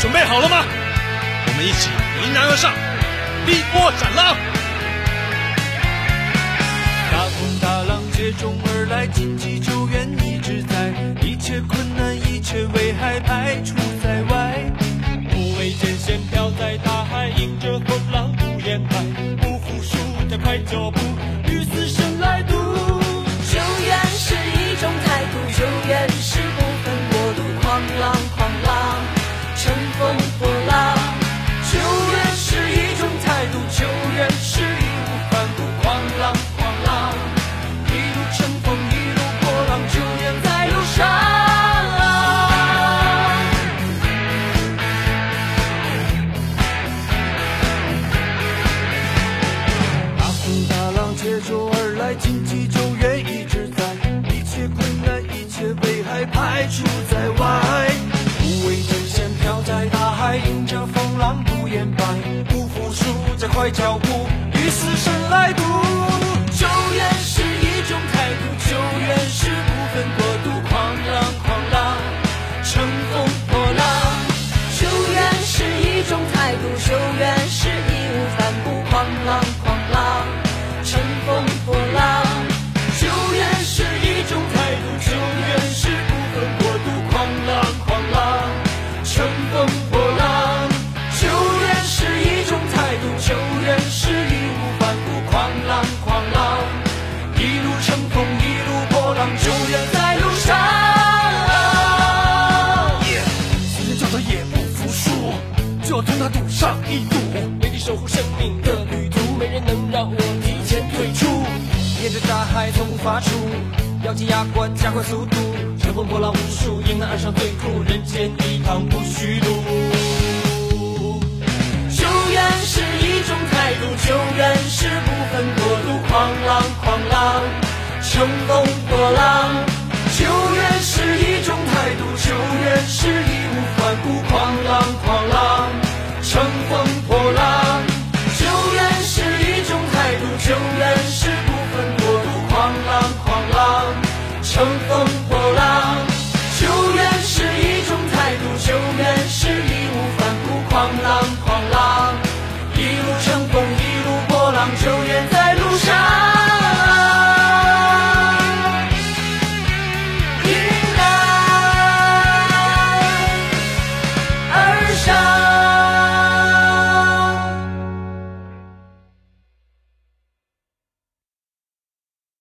准备好了吗？我们一起迎难而上，力波斩浪。 大风大浪接踵而来，紧急救援一直在，一切困难一切危害排除在外。 无畏艰险飘在大海，迎着风浪不言败，不服输加快脚步，与死神来赌。 救援是一种态度，救援是不分国度，狂浪狂浪，乘风破浪。 救援是一种态度，救援是义无反顾，狂浪狂浪，一路乘风一路破浪，救援在路上。大风大浪接踵而来，紧急救援一直在，一切困难一切危害排除在外。无畏艰险飘在大海，迎着风浪不言败，不服输加快脚步，与死神来赌。救援是一种态度，救援是不分国度，狂浪狂浪，乘风破浪。 救援是一种态度，救援是义无反顾，狂浪狂浪，乘风破浪。 救援是一种态度，救援是不分国度，狂浪狂浪，乘风破浪。救援是一种态度，救援是义无反顾，狂浪狂浪，一路乘风一路破浪，救援在路上。死人叫他也不服输，就要同他赌上一赌。 为你守护生命的旅途，没人能让我提前退出。 沿着大海从无发出，咬紧牙关加快速度，乘风破浪无数，迎难而上最酷，人间一趟不虚度。 救援是一种态度，救援是不分国度，狂浪狂浪，乘风破浪。 救援是一种态度，救援是义无反顾，狂浪狂浪。